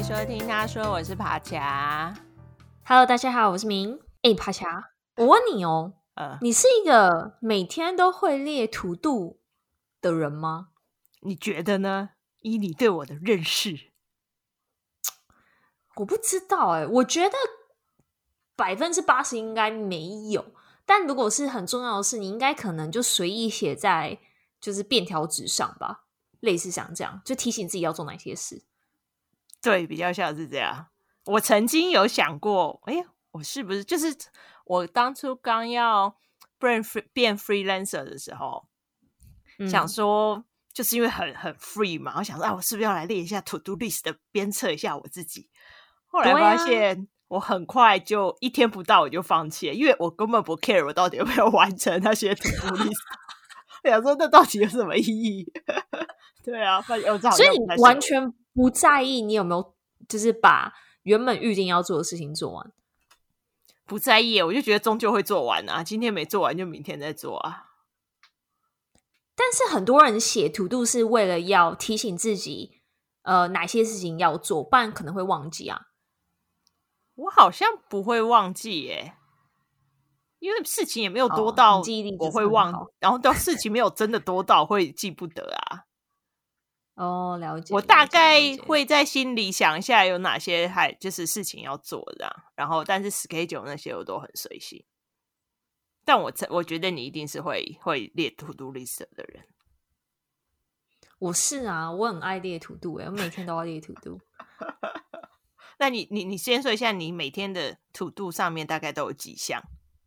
收听他说我是爬卡。 Hello， 大家好，我是明。爬卡，我问你哦，你是一个每天都会列to do的人吗？ 你觉得呢？依你对我的认识， 我不知道我觉得80%应该没有，但如果是很重要的事，你应该可能就随意写在就是便条纸上吧，类似像这样，就提醒自己要做哪些事。 对，比较像是这样。我曾经有想过，我是不是就是我当初刚要变 freelancer 的时候，想说就是因为很 free 嘛，我想说我是不是要来列一下 to do list 的鞭策一下我自己。后来发现我很快就1天不到我就放弃了，因为我根本不 care 我到底有没有完成那些 to do list 我想说那到底有什么意义对啊，所以你完全不在意你有没有就是把原本预定要做的事情做完？ 不在意，我就觉得终究会做完啊，今天没做完就明天再做啊。 但是很多人写 to do 是为了要提醒自己哪些事情要做，不然可能会忘记啊。 我好像不会忘记因为事情也没有多到我会忘，然后到事情没有真的多到会记不得啊。 了解。 我大概会在心里想一下有哪些就是事情要做的，然后但是 schedule 那些我都很随性。但我觉得你一定是会列 to do list 的人。 我是啊，我很爱列 to do 我每天都要列 to do 那你先说一下你每天的 to do 上面大概都有几项？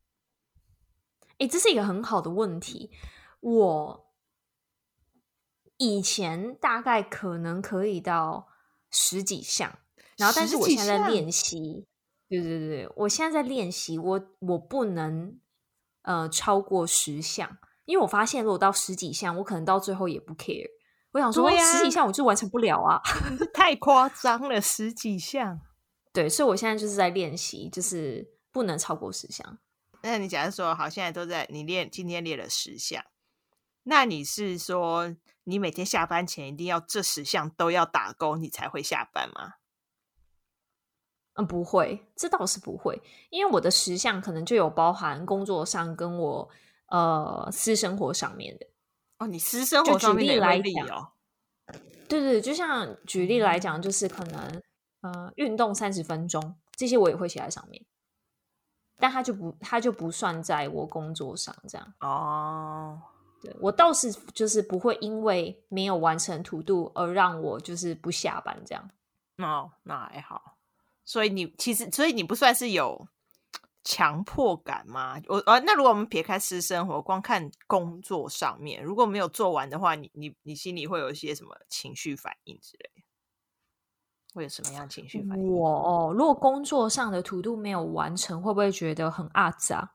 这是一个很好的问题。我以前大概可能可以到10几项，然后但是我现在在练习。对，我现在在练习，我不能超过10项，因为我发现如果到10几项，我可能到最后也不 care。我想说10几项我就完成不了啊太夸张了10几项。 对，所以我现在就是在练习，就是不能超过10项。 那你假如说好，现在都在你今天列了10项，那你是说你每天下班前一定要这10项都要打勾你才会下班吗？ 不会，这倒是不会，因为我的10项可能就有包含工作上跟我私生活上面的。 你私生活上面的也会列对，就像举例来讲，就是可能运动30分钟，这些我也会写在上面，但它就不算在我工作上这样。对，我倒是就是不会因为没有完成to do而让我就是不下班这样。 那还好。所以你不算是有强迫感吗？那如果我们撇开私生活，光看工作上面，如果没有做完的话，你心里会有一些什么情绪反应之类的？会有什么样情绪反应？ 如果工作上的to do没有完成，会不会觉得很阿杂？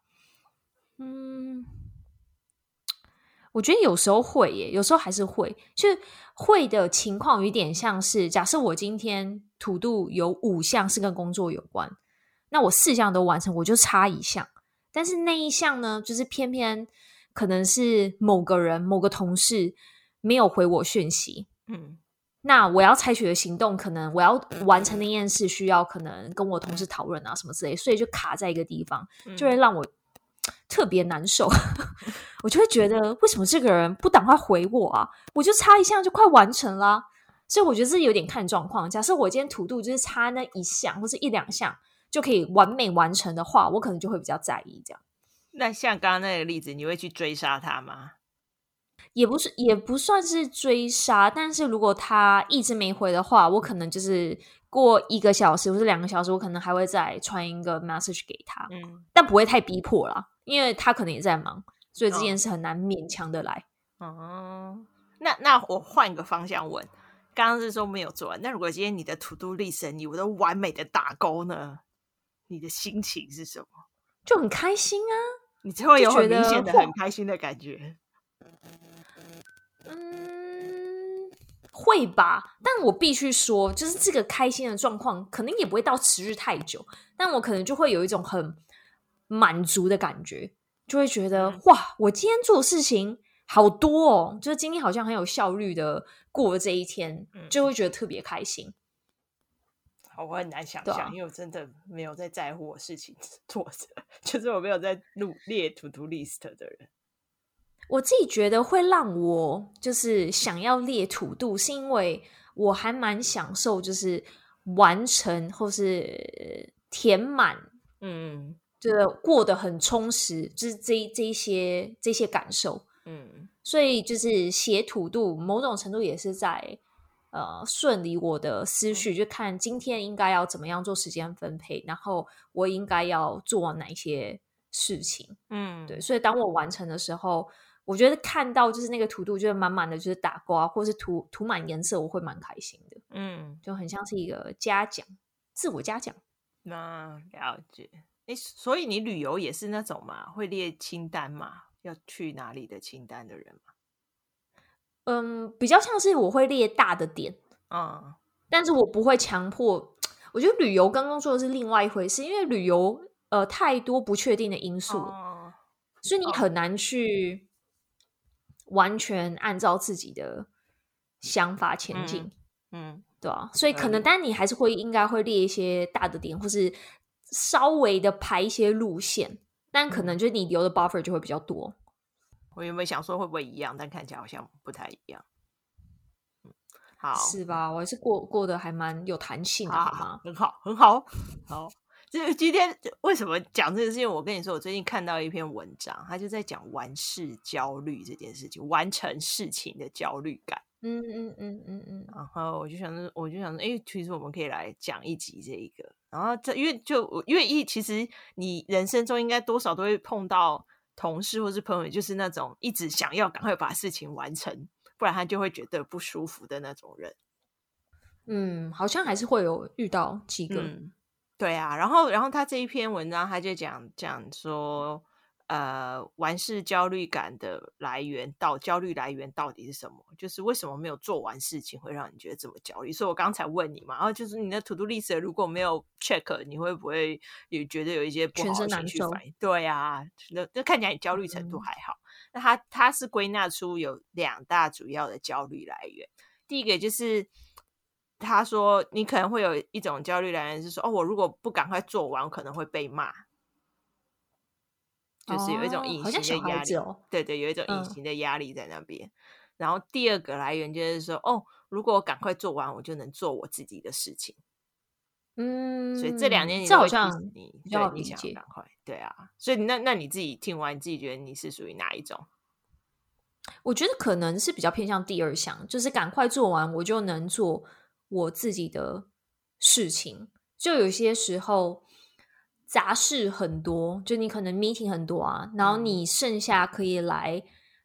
我觉得有时候会耶，有时候还是会，就是会的情况有一点像是，假设我今天to do有5项是跟工作有关，那我4项都完成，我就差1项，但是那一项呢，就是偏偏可能是某个人某个同事没有回我讯息，那我要采取的行动，可能我要完成那件事需要可能跟我同事讨论啊什么之类，所以就卡在一个地方，就会让我特别难受我就会觉得为什么这个人不赶快回我啊，我就差1项就快完成啦。所以我觉得这有点看状况，假设我今天to do就是差那1项或是1、2项就可以完美完成的话，我可能就会比较在意这样。 那像刚刚那个例子，你会去追杀他吗？ 也不算是追杀，但是如果他一直没回的话，我可能就是过1个小时或是2个小时，我可能还会再传一个 message 给他，但不会太逼迫啦，因为他可能也在忙，所以这件事很难勉强的来。 那我换一个方向问，刚刚是说没有做完，那如果今天你的 to do list 你都完美的打勾呢，你的心情是什么？ 就很开心啊， 你就会有很明显的很开心的感觉。 会吧，但我必须说，就是这个开心的状况可能也不会到持续太久，但我可能就会有一种很满足的感觉，就会觉得哇，我今天做的事情好多哦，就是今天好像很有效率的过了这一天，就会觉得特别开心。 我很难想对啊象，因为我真的没有在在乎我事情做着，就是我没有在列 to do list 的人。 我自己觉得会让我就是想要列土度，是因为我还蛮享受就是完成或是填满，就是过得很充实，就是这些感受。所以就是写土度，某种程度也是在顺理我的思绪，就看今天应该要怎么样做时间分配，然后我应该要做哪一些事情。对，所以当我完成的时候，我觉得看到就是那个图度，就是满满的就是打勾，或是涂满颜色，我会蛮开心的。就很像是一个嘉奖，自我嘉奖。 那了解。所以你旅游也是那种嘛，会列清单嘛，要去哪里的清单的人嘛？ 比较像是我会列大的点，但是我不会强迫。我觉得旅游跟工作是另外一回事，因为旅游太多不确定的因素了，所以你很难去完全按照自己的想法前进。对啊，所以可能但你还是应该会列一些大的点，或是稍微的排一些路线，但可能就是你留的 buffer 就会比较多。 我原本想说会不会一样，但看起来好像不太一样。好， 是吧？我还是过得还蛮有弹性的，好吗？ 很好，很好，好。这今天为什么讲这个？是因为我跟你说，我最近看到一篇文章，他就在讲完事焦虑这件事情，完成事情的焦虑感。然后我就想说，其实我们可以来讲一集这一个。然后因为其实你人生中应该多少都会碰到同事或是朋友，就是那种一直想要赶快把事情完成，不然他就会觉得不舒服的那种人。 好像还是会有遇到几个。 对啊。然后他这一篇文章他就讲说，完事焦虑感的焦虑来源到底是什么？就是为什么没有做完事情会让你觉得这么焦虑？所以我刚才问你嘛，然后就是你的 to do list 如果没有 check， 你会不会也觉得有一些不好的情绪反应？对啊，那看起来你焦虑程度还好。那他是归纳出有2大主要的焦虑来源。第一个就是他说你可能会有一种焦虑来源是说，我如果不赶快做完，我可能会被骂。就是有一种隐形的压力。对，有一种隐形的压力在那边。然后第二个来源就是说，如果我赶快做完，我就能做我自己的事情。所以这2件你都会提醒你，对，你想赶快。对啊，所以那你自己听完，你自己觉得你是属于哪一种？ 我觉得可能是比较偏向第二项，就是赶快做完，我就能做我自己的事情。就有些时候杂事很多，就你可能 meeting 很多啊，然后你剩下可以来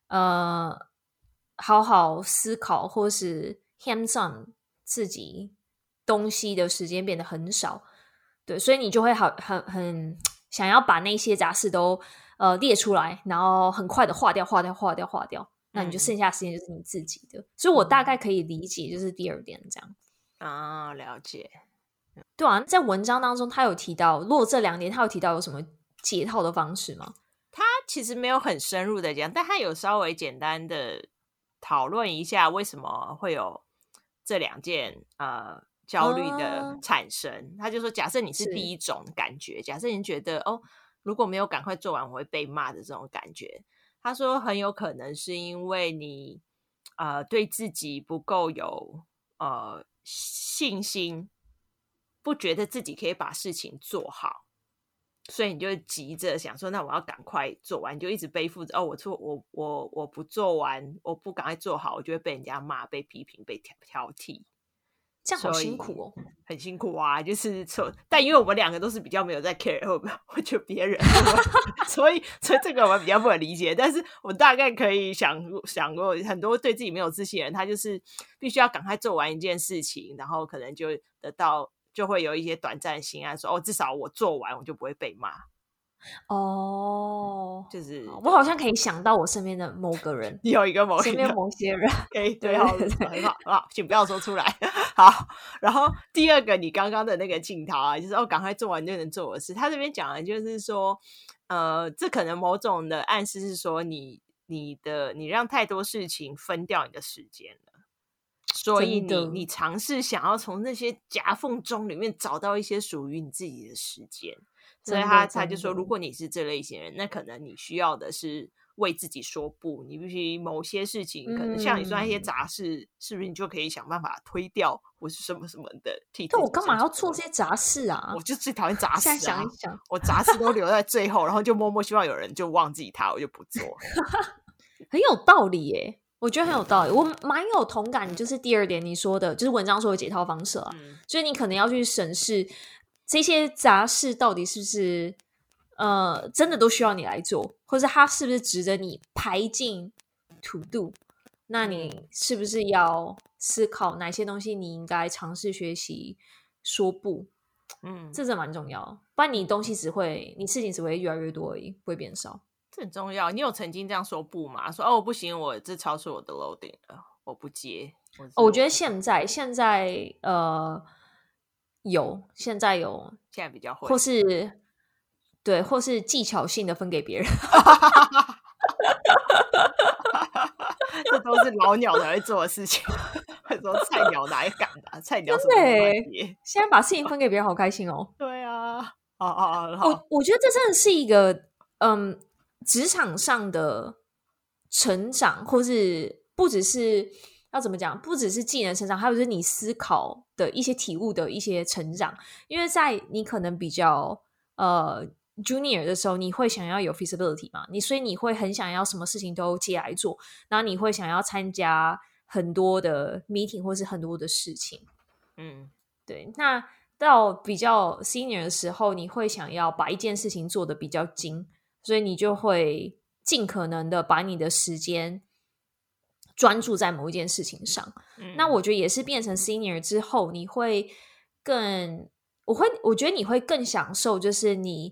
好好思考或是 hands on 自己东西的时间变得很少。对，所以你就会很想要把那些杂事都列出来，然后很快的划掉，那你就剩下时间就是你自己的。所以我大概可以理解，就是第二点这样。 了解。 对啊，在文章当中他有提到，如果这2点他有提到有什么解套的方式吗？ 他其实没有很深入的讲，但他有稍微简单的讨论一下为什么会有这2件焦虑的产生。他就说，假设你是第一种感觉，假设你觉得如果没有赶快做完我会被骂的这种感觉，他说很有可能是因为你对自己不够有信心，不觉得自己可以把事情做好，所以你就急着想说，那我要赶快做完，你就一直背负着我不做完，我不赶快做好，我就会被人家骂、被批评、被挑剔。 这样好辛苦哦。 很辛苦啊，就是但因为我们2个都是比较没有在 care 我觉得别人所以这个我们比较不能理解。但是我大概可以想过，很多对自己没有自信的人，他就是必须要赶快做完一件事情，然后可能就就会有一些短暂心安，说至少我做完我就不会被骂。就是我好像可以想到我身边的某个人， 有一个身边某些人对，很好，请不要说出来。好，然后第二个你刚刚的那个镜头啊，就是赶快做完就能做我的事。他这边讲的就是说这可能某种的暗示是说你让太多事情分掉你的时间了， 所以你尝试想要从那些夹缝中里面找到一些属于你自己的时间，所以他就说，如果你是这类型人，那可能你需要的是为自己说不，你必须某些事情，可能像你说那些杂事，是不是你就可以想办法推掉，或是什么什么的替自己。 但我干嘛要做这些杂事啊？ 我就最讨厌杂事啊！ 现在想一想， 我杂事都留在最后，然后就默默希望有人就忘记它，我就不做。 很有道理耶，我觉得很有道理，我蛮有同感。就是第二点你说的，就是文章说的解套方式啊，就是你可能要去审视这些杂事到底是不是真的都需要你来做，或者它是不是值得你排进 to do。那你是不是要思考哪些东西你应该尝试学习说不？这真的蛮重要，不然你东西你事情只会越来越多而已，不会变少。这很重要。你有曾经这样说不吗？说我不行，我这超出我的 loading 了，我不接。 我觉得现在有，现在比较会， 或是技巧性的分给别人。 这都是老鸟才会做的事情。会说菜鸟哪也敢啊？菜鸟什么现在把事情分给别人好开心哦。 对啊， 我觉得这真的是一个职场上的成长，或是不只是要怎么讲，不只是技能成长，还有就是你思考的一些体悟的一些成长。因为在你可能比较junior 的时候，你会想要有 feasibility 嘛，所以你会很想要什么事情都接来做，然后你会想要参加很多的 meeting 或是很多的事情。对。那到比较 senior 的时候，你会想要把一件事情做得比较精，所以你就会尽可能的把你的时间专注在某一件事情上。那我觉得也是变成 senior 之后，你会我觉得你会更享受，就是你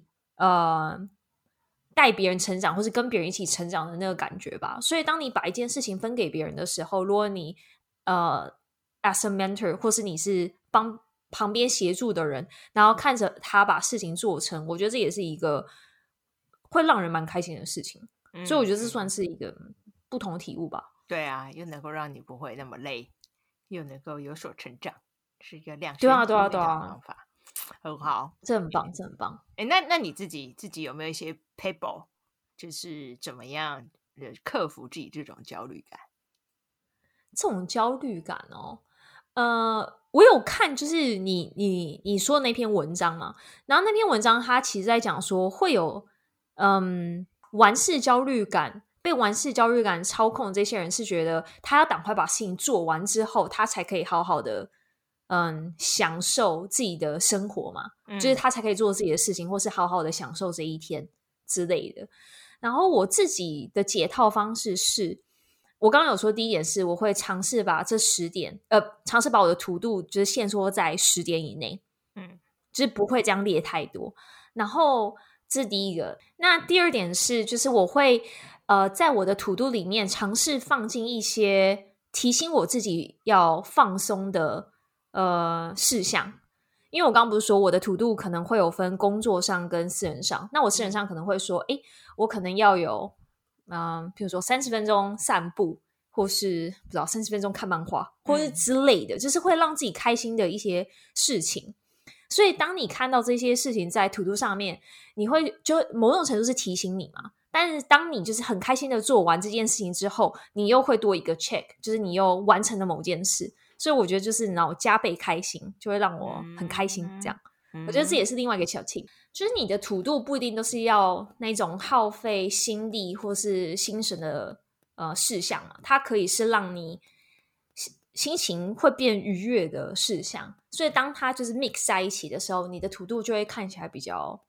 带别人成长，或是跟别人一起成长的那个感觉吧。所以当你把一件事情分给别人的时候，如果你as a mentor， 或是你是帮旁边协助的人，然后看着他把事情做成，我觉得这也是一个会让人蛮开心的事情。所以我觉得这算是一个不同的体悟吧。 对啊，又能够让你不会那么累，又能够有所成长，是一个两对啊方法。很好， 这很棒，这很棒。 那你自己有没有一些 paper， 就是怎么样克服自己这种焦虑感？ 这种焦虑感哦，我有看，就是你说的那篇文章嘛，然后那篇文章它其实在讲说会有完事焦虑感，被完事焦虑感操控的这些人是觉得他要赶快把事情做完之后，他才可以好好的享受自己的生活嘛，就是他才可以做自己的事情，或是好好的享受这一天之类的。然后我自己的解套方式是，我刚刚有说第一点是我会尝试把这10点尝试把我的to do就是限缩在10点以内，就是不会这样列太多。然后这是第一个。那第二点是，就是我会在我的to do里面尝试放进一些提醒我自己要放松的事项。因为我刚刚不是说我的to do可能会有分工作上跟私人上，那我私人上可能会说我可能要有比如说30分钟散步，或是不知道30分钟看漫画，或是之类的，就是会让自己开心的一些事情。所以当你看到这些事情在to do上面，你会就某种程度是提醒你嘛，但是当你就是很开心的做完这件事情之后，你又会多一个 check， 就是你又完成了某件事。所以我觉得就是然后加倍开心，就会让我很开心这样。我觉得这也是另外一个小 tip， 就是你的to do不一定都是要那种耗费心力或是心神的事项嘛，它可以是让你心情会变愉悦的事项。所以当它就是 mix 在一起的时候，你的to do就会看起来比较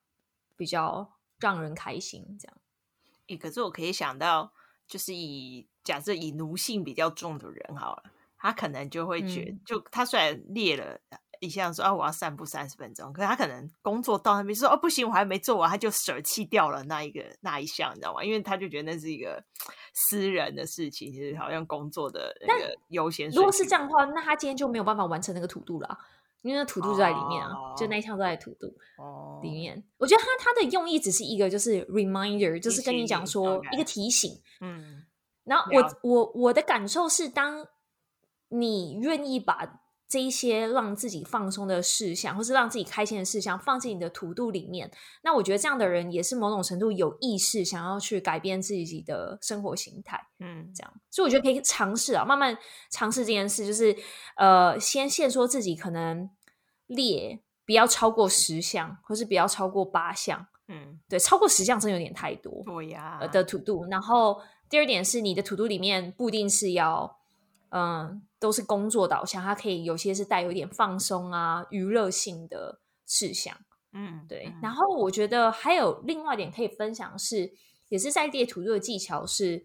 让人开心这样。 可是我可以想到，就是假设以奴性比较重的人好了，他可能就会觉得就他虽然列了一项说我要散步30分钟，可是他可能工作到那边说不行，我还没做完，他就舍弃掉了那一项，你知道吗？因为他就觉得那是一个私人的事情，就是好像工作的那个优先顺序。 如果是这样的话，那他今天就没有办法完成那个to do了，因为那to do就在里面就那一项都在to do里面。我觉得他的用意只是一个就是 reminder， 就是跟你讲说一个提醒。然后我的感受是，当你愿意把这一些让自己放松的事项，或是让自己开心的事项放进你的to do里面，那我觉得这样的人也是某种程度有意识想要去改变自己的生活形态。这样，所以我觉得可以尝试慢慢尝试这件事，就是先限说自己可能列不要超过10项，或是不要超过8项。对，超过10项真的有点太多。 对呀， 的to do。然后第二点是你的to do里面不一定是要都是工作导向，它可以有些是带有一点放松啊、娱乐性的事项。对。然后我觉得还有另外一点可以分享是，也是在列to do的技巧是，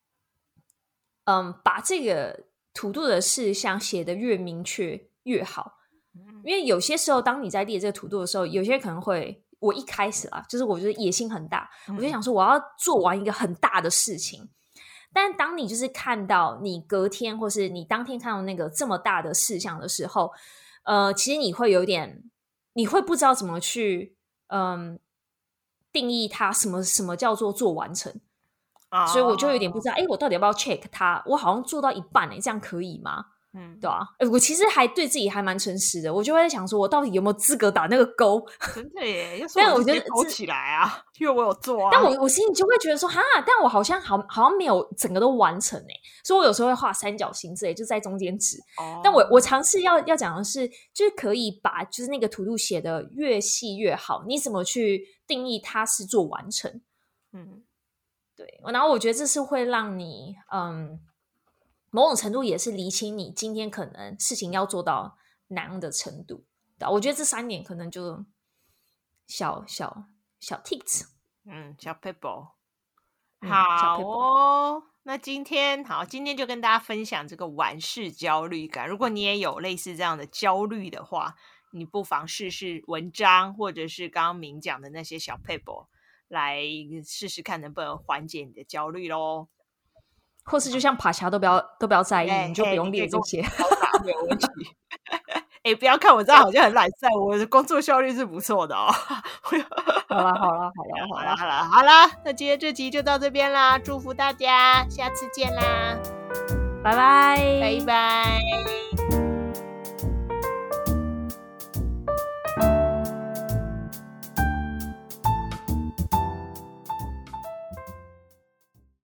把这个to do的事项写得越明确越好。因为有些时候当你在列这个to do的时候，有些可能会，我一开始就是我觉得野心很大，我就想说我要做完一个很大的事情。但当你就是看到你隔天或是你当天看到那个这么大的事项的时候，其实你会有点，你会不知道怎么去定义它什么叫做完成。所以我就有点不知道，我到底要不要 check 它？我好像做到一半这样可以吗？对啊，我其实还对自己还蛮诚实的，我就会在想说，我到底有没有资格打那个勾？ 真的耶，要是我直接勾起来啊，因为我有做啊。 但我心里就会觉得说，但我好像没有整个都完成所以我有时候会画三角形之类，就在中间指。但我尝试要讲的是，就是可以把就是那个to do写得越细越好，你怎么去定义它是做完成？对。然后我觉得这是会让你某种程度也是厘清你今天可能事情要做到哪样的程度。对，我觉得这3点可能就小 tips。 小 paper。 好哦。那今天就跟大家分享这个完事焦虑感。如果你也有类似这样的焦虑的话，你不妨试试文章，或者是刚刚明讲的那些小 paper 来试试看能不能缓解你的焦虑咯。 或是就像爬墙都不要在意，你就不用列这些， 没有问题。不要看我这样好像很懒散，我的工作效率是不错的哦。 好啦，那今天这集就到这边啦，祝福大家，下次见啦， 拜拜。